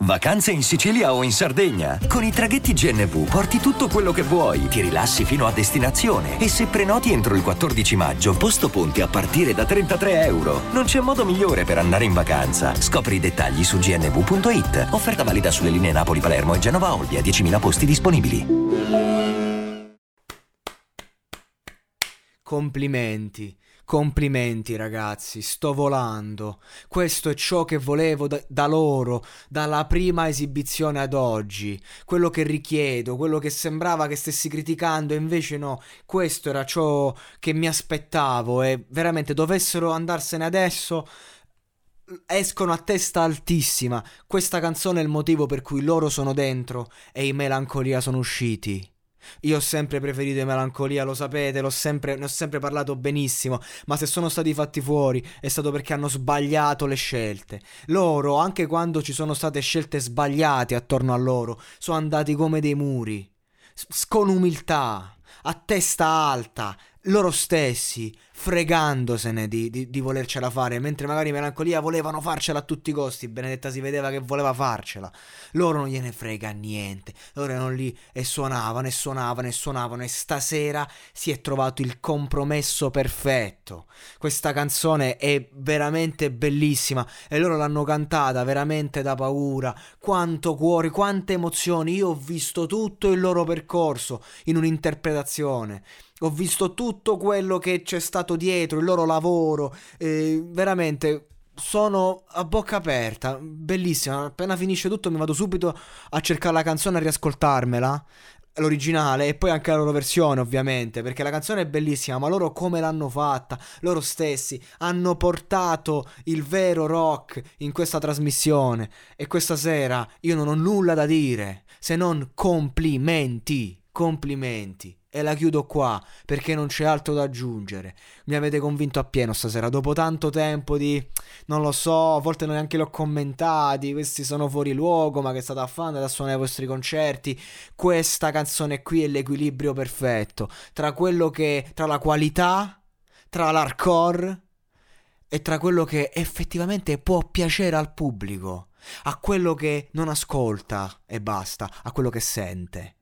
Vacanze in Sicilia o in Sardegna? Con i traghetti GNV porti tutto quello che vuoi, ti rilassi fino a destinazione e se prenoti entro il 14 maggio, posto ponti a partire da €33. Non c'è modo migliore per andare in vacanza. Scopri i dettagli su gnv.it. Offerta valida sulle linee Napoli-Palermo e Genova-Olbia, 10.000 posti disponibili. Complimenti ragazzi, sto volando. Questo è ciò che volevo da loro, dalla prima esibizione ad oggi. Quello che richiedo, quello che sembrava che stessi criticando, e invece no, questo era ciò che mi aspettavo e veramente dovessero andarsene adesso. Escono a testa altissima. Questa canzone è il motivo per cui loro sono dentro e i Melancolia sono usciti. Io ho sempre preferito i Melancolia, lo sapete, ne ho sempre parlato benissimo, ma se sono stati fatti fuori è stato perché hanno sbagliato le scelte. Loro, anche quando ci sono state scelte sbagliate attorno a loro, sono andati come dei muri, con umiltà, a testa alta, loro stessi, fregandosene di volercela fare, mentre magari Melancolia volevano farcela a tutti i costi. Benedetta si vedeva che voleva farcela, loro non gliene frega niente, loro erano lì e suonavano e suonavano e suonavano, e stasera si è trovato il compromesso perfetto. Questa canzone è veramente bellissima e loro l'hanno cantata veramente da paura. Quanto cuore, quante emozioni. Io ho visto tutto il loro percorso in un'interpretazione, ho visto tutto quello che c'è stato dietro, il loro lavoro, veramente sono a bocca aperta, bellissima. Appena finisce tutto mi vado subito a cercare la canzone e riascoltarmela, l'originale, e poi anche la loro versione ovviamente, perché la canzone è bellissima, ma loro come l'hanno fatta, loro stessi hanno portato il vero rock in questa trasmissione, e questa sera io non ho nulla da dire se non complimenti. E la chiudo qua perché non c'è altro da aggiungere. Mi avete convinto appieno stasera, dopo tanto tempo di, non lo so, a volte neanche l'ho commentati, questi sono fuori luogo, ma che state a fare, andate a suonare ai vostri concerti. Questa canzone qui è l'equilibrio perfetto tra la qualità, tra l'hardcore e tra quello che effettivamente può piacere al pubblico, a quello che non ascolta e basta, a quello che sente.